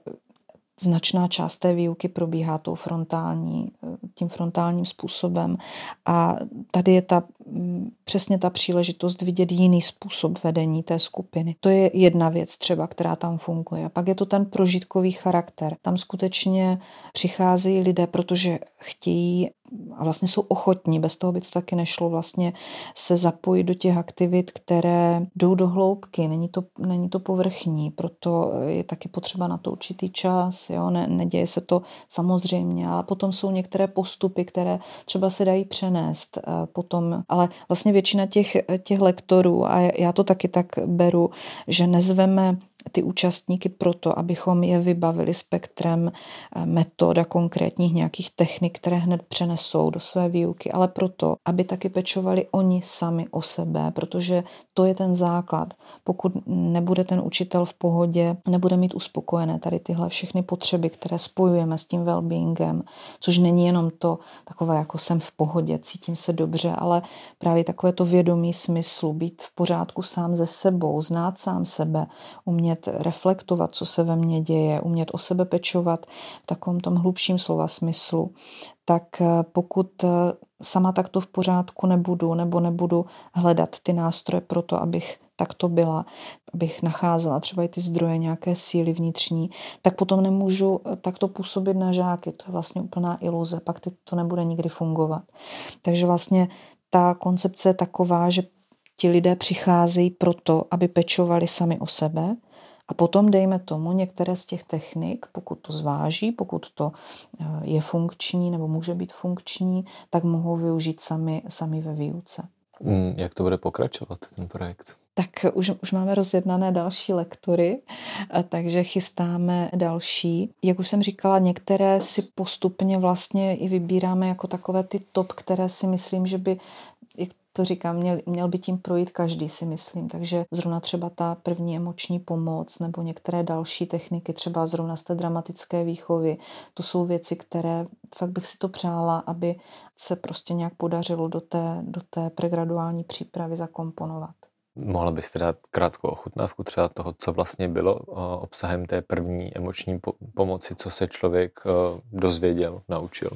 značná část té výuky probíhá tou frontální, tím frontálním způsobem a tady je ta, přesně ta příležitost vidět jiný způsob vedení té skupiny. To je jedna věc třeba, která tam funguje. A pak je to ten prožitkový charakter. Tam skutečně přicházejí lidé, protože chtějí a vlastně jsou ochotní, bez toho by to taky nešlo vlastně se zapojit do těch aktivit, které jdou do hloubky, není to, není to povrchní, proto je taky potřeba na to určitý čas, jo? Ne, neděje se to samozřejmě, ale potom jsou některé postupy, které třeba se dají přenést potom, ale vlastně většina těch, těch lektorů, a já to taky tak beru, že nezveme ty účastníky proto, abychom je vybavili spektrem metod a konkrétních nějakých technik, které hned přenesou do své výuky, ale proto, aby taky pečovali oni sami o sebe, protože to je ten základ. Pokud nebude ten učitel v pohodě, nebude mít uspokojené tady tyhle všechny potřeby, které spojujeme s tím well-beingem, což není jenom to takové, jako jsem v pohodě, cítím se dobře, ale právě takové to vědomí smyslu, být v pořádku sám se sebou, znát sám sebe, umět reflektovat, co se ve mně děje, umět o sebe pečovat v takovém tom hlubším slova smyslu, tak pokud sama takto v pořádku nebudu nebo nebudu hledat ty nástroje pro to, abych takto byla, abych nacházela třeba i ty zdroje nějaké síly vnitřní, tak potom nemůžu takto působit na žáky. To je vlastně úplná iluze, pak to nebude nikdy fungovat. Takže vlastně ta koncepce je taková, že ti lidé přicházejí proto, aby pečovali sami o sebe, a potom dejme tomu některé z těch technik, pokud to zváží, pokud to je funkční nebo může být funkční, tak mohou využít sami, sami ve výuce. Jak to bude pokračovat, ten projekt? Tak už, už máme rozjednané další lektory, takže chystáme další. Jak už jsem říkala, některé si postupně vlastně i vybíráme jako takové ty top, které si myslím, že by, jak to říkám, měl, měl by tím projít každý, si myslím. Takže zrovna třeba ta první emoční pomoc nebo některé další techniky, třeba zrovna z té dramatické výchovy, to jsou věci, které fakt bych si to přála, aby se prostě nějak podařilo do té, do té pregraduální přípravy zakomponovat. Mohla byste dát krátkou ochutnávku třeba toho, co vlastně bylo obsahem té první emoční pomoci, co se člověk dozvěděl, naučil?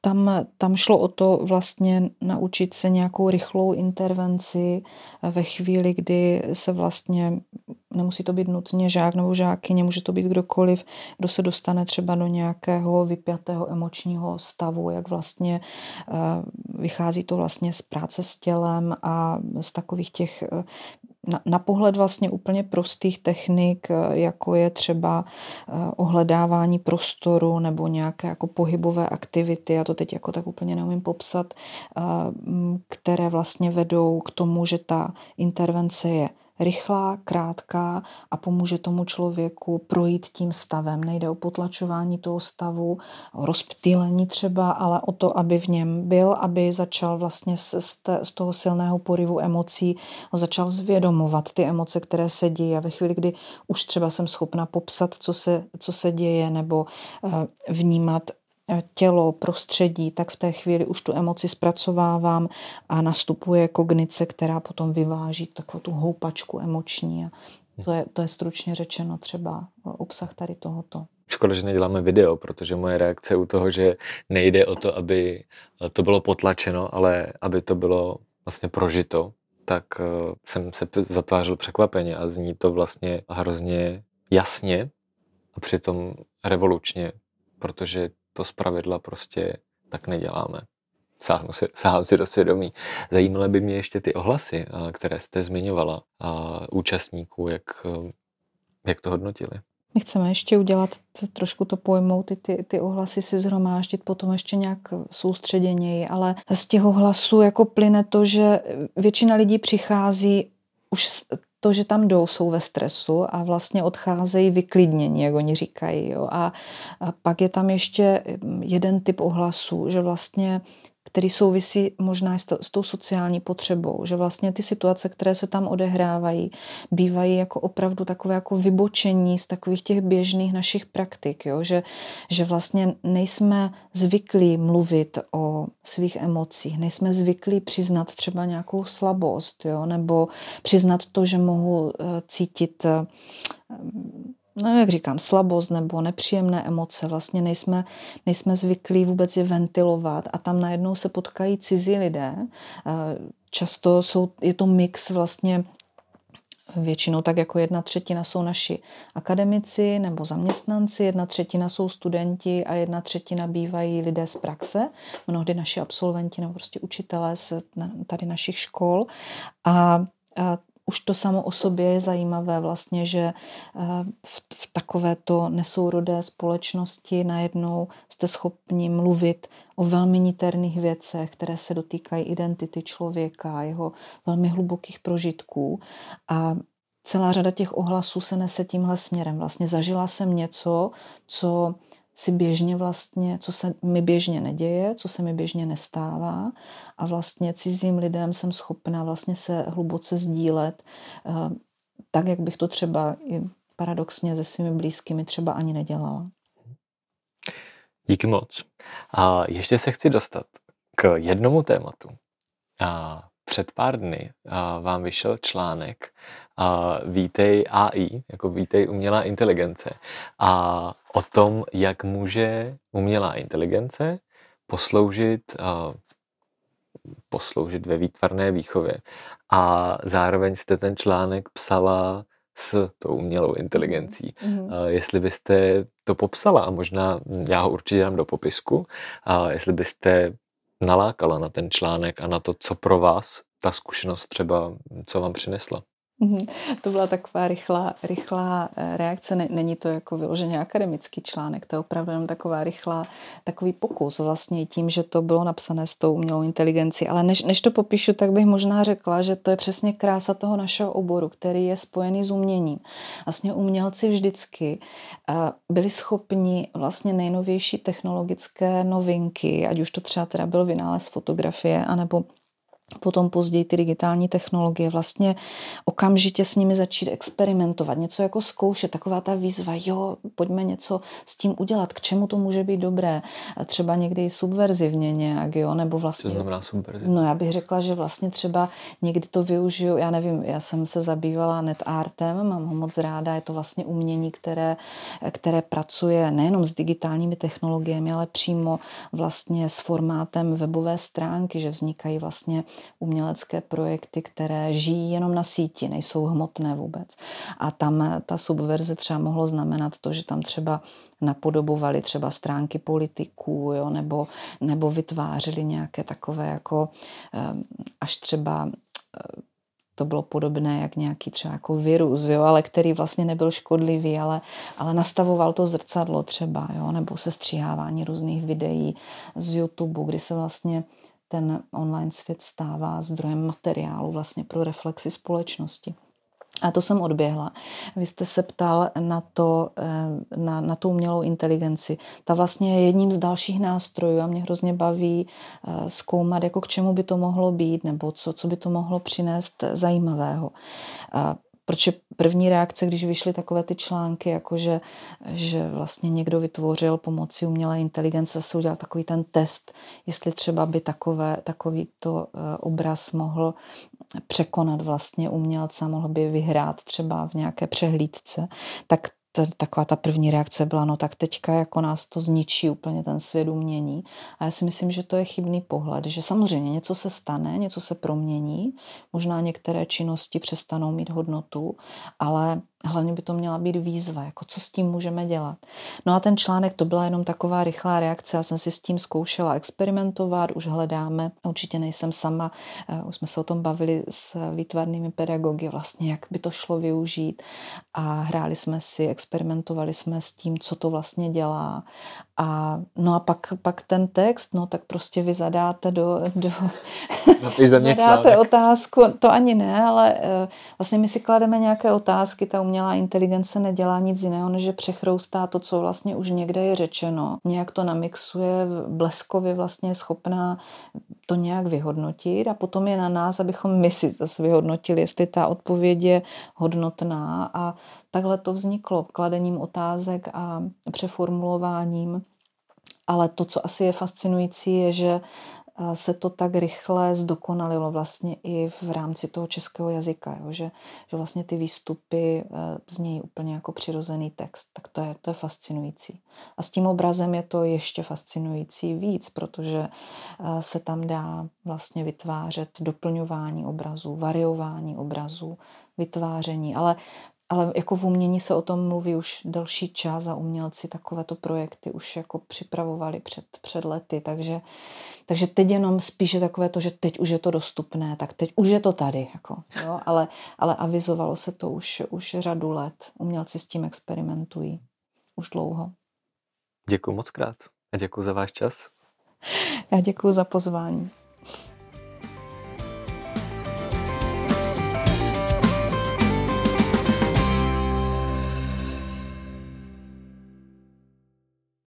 tam, tam šlo o to vlastně naučit se nějakou rychlou intervenci ve chvíli, kdy se vlastně, nemusí to být nutně žák nebo žákyně, může to být kdokoliv, kdo se dostane třeba do nějakého vypjatého emočního stavu, jak vlastně vychází to vlastně z práce s tělem a z takových těch na, na pohled vlastně úplně prostých technik, jako je třeba ohledávání prostoru nebo nějaké jako pohybové aktivity, já to teď jako tak úplně neumím popsat, které vlastně vedou k tomu, že ta intervence je rychlá, krátká a pomůže tomu člověku projít tím stavem. Nejde o potlačování toho stavu, o rozptýlení třeba, ale o to, aby v něm byl, aby začal vlastně z, z toho silného porivu emocí, začal zvědomovat ty emoce, které se dějí a ve chvíli, kdy už třeba jsem schopna popsat, co se, co se děje nebo vnímat tělo, prostředí, tak v té chvíli už tu emoci zpracovávám a nastupuje kognice, která potom vyváží takovou tu houpačku emoční. A to je, to je stručně řečeno třeba obsah tady tohoto. Škoda, že neděláme video, protože moje reakce u toho, že nejde o to, aby to bylo potlačeno, ale aby to bylo vlastně prožito, tak jsem se zatvářil překvapeně a zní to vlastně hrozně jasně a přitom revolučně, protože to zpravidla prostě tak neděláme. Sáhnu si, sáhnu si do svědomí. Zajímaly by mě ještě ty ohlasy, které jste zmiňovala, a účastníků, jak, jak to hodnotili. My chceme ještě udělat, trošku to pojmout, ty, ty, ty ohlasy si zhromáždit, potom ještě nějak soustředěněji, ale z těch ohlasů jako plyne to, že většina lidí přichází už to, že tam jdou, jsou ve stresu a vlastně odcházejí vyklidnění, jak oni říkají. Jo. A, a pak je tam ještě jeden typ ohlasů, že vlastně, který souvisí možná s, to, s tou sociální potřebou, že vlastně ty situace, které se tam odehrávají, bývají jako opravdu takové jako vybočení z takových těch běžných našich praktik, jo? Že, že vlastně nejsme zvyklí mluvit o svých emocích, nejsme zvyklí přiznat třeba nějakou slabost, jo? Nebo přiznat to, že mohu cítit no, jak říkám, slabost nebo nepříjemné emoce, vlastně nejsme, nejsme zvyklí vůbec je ventilovat a tam najednou se potkají cizí lidé. Často jsou, je to mix vlastně většinou tak jako jedna třetina jsou naši akademici nebo zaměstnanci, jedna třetina jsou studenti a jedna třetina bývají lidé z praxe, mnohdy naši absolventi nebo prostě učitelé z tady našich škol a, a už to samo o sobě je zajímavé vlastně, že v, v takovéto nesourodé společnosti najednou jste schopni mluvit o velmi niterných věcech, které se dotýkají identity člověka, jeho velmi hlubokých prožitků. A celá řada těch ohlasů se nese tímhle směrem. Vlastně zažila jsem něco, co si běžně vlastně, co se mi běžně neděje, co se mi běžně nestává a vlastně cizím lidem jsem schopná vlastně se hluboce sdílet tak, jak bych to třeba i paradoxně se svými blízkými třeba ani nedělala. Díky moc. A ještě se chci dostat k jednomu tématu. A před pár dny vám vyšel článek a Vítej A I, jako Vítej umělá inteligence, a o tom, jak může umělá inteligence posloužit, posloužit ve výtvarné výchově. A zároveň jste ten článek psala s tou umělou inteligencí. Mm. Jestli byste to popsala, a možná já ho určitě dám do popisku, a jestli byste nalákala na ten článek a na to, co pro vás ta zkušenost třeba, co vám přinesla. Mm-hmm. To byla taková rychlá, rychlá reakce. Není to jako vyloženě akademický článek, to je opravdu jenom taková rychlá, takový pokus vlastně tím, že to bylo napsané s tou umělou inteligencí. Ale než, než to popíšu, tak bych možná řekla, že to je přesně krása toho našeho oboru, který je spojený s uměním. Vlastně umělci vždycky byli schopni vlastně nejnovější technologické novinky, ať už to třeba teda byl vynález fotografie, anebo potom později ty digitální technologie, vlastně okamžitě s nimi začít experimentovat, něco jako zkoušet, taková ta výzva, jo, pojďme něco s tím udělat, k čemu to může být dobré, třeba někdy subverzivně nějak, jo, nebo vlastně... Co znamená subverzivně? No já bych řekla, že vlastně třeba někdy to využiju, já nevím, já jsem se zabývala netartem, mám ho moc ráda, je to vlastně umění, které, které pracuje nejenom s digitálními technologiemi, ale přímo vlastně s formátem webové stránky, že vznikají vlastně umělecké projekty, které žijí jenom na síti, nejsou hmotné vůbec. A tam ta subverze třeba mohlo znamenat to, že tam třeba napodobovali třeba stránky politiků, jo, nebo, nebo vytvářeli nějaké takové jako až třeba to bylo podobné jak nějaký třeba jako virus, jo, ale který vlastně nebyl škodlivý, ale, ale nastavoval to zrcadlo třeba, jo, nebo sestříhávání různých videí z YouTube, kdy se vlastně ten online svět stává zdrojem materiálu vlastně pro reflexi společnosti. A to jsem odběhla. Vy jste se ptal na, to, na, na tu umělou inteligenci. Ta vlastně je jedním z dalších nástrojů a mě hrozně baví zkoumat, jako k čemu by to mohlo být nebo co, co by to mohlo přinést zajímavého. Protože první reakce, když vyšly takové ty články, jako že, že vlastně někdo vytvořil pomocí umělé inteligence, se udělal takový ten test, jestli třeba by takové, takovýto obraz mohl překonat vlastně umělce, mohl by vyhrát třeba v nějaké přehlídce, tak taková ta první reakce byla, no tak teďka jako nás to zničí úplně ten svět umění. A já si myslím, že to je chybný pohled, že samozřejmě něco se stane, něco se promění, možná některé činnosti přestanou mít hodnotu, ale hlavně by to měla být výzva, jako co s tím můžeme dělat. No a ten článek, to byla jenom taková rychlá reakce, já jsem si s tím zkoušela experimentovat, už hledáme, určitě nejsem sama, už jsme se o tom bavili s výtvarnými pedagogy, vlastně jak by to šlo využít a hráli jsme si, experimentovali jsme s tím, co to vlastně dělá. A no a pak, pak ten text, no tak prostě vy zadáte do, do zadáte otázku, to ani ne, ale uh, vlastně my si klademe nějaké otázky, ta umělá inteligence nedělá nic jiného, než že přechroustá to, co vlastně už někde je řečeno, nějak to namixuje, bleskově vlastně je schopná to nějak vyhodnotit a potom je na nás, abychom my si zase vyhodnotili, jestli ta odpověď je hodnotná a takhle to vzniklo kladením otázek a přeformulováním. Ale to, co asi je fascinující, je, že se to tak rychle zdokonalilo vlastně i v rámci toho českého jazyka, jo? Že, že vlastně ty výstupy znějí úplně jako přirozený text. Tak to je, to je fascinující. A s tím obrazem je to ještě fascinující víc, protože se tam dá vlastně vytvářet doplňování obrazů, variování obrazů, vytváření, ale Ale jako v umění se o tom mluví už delší čas a umělci takovéto projekty už jako připravovali před, před lety, takže, takže teď jenom spíše takové to, že teď už je to dostupné, tak teď už je to tady, jako, jo? Ale, ale avizovalo se to už, už řadu let. Umělci s tím experimentují už dlouho. Děkuji moc krát a děkuji za váš čas. Já děkuji za pozvání.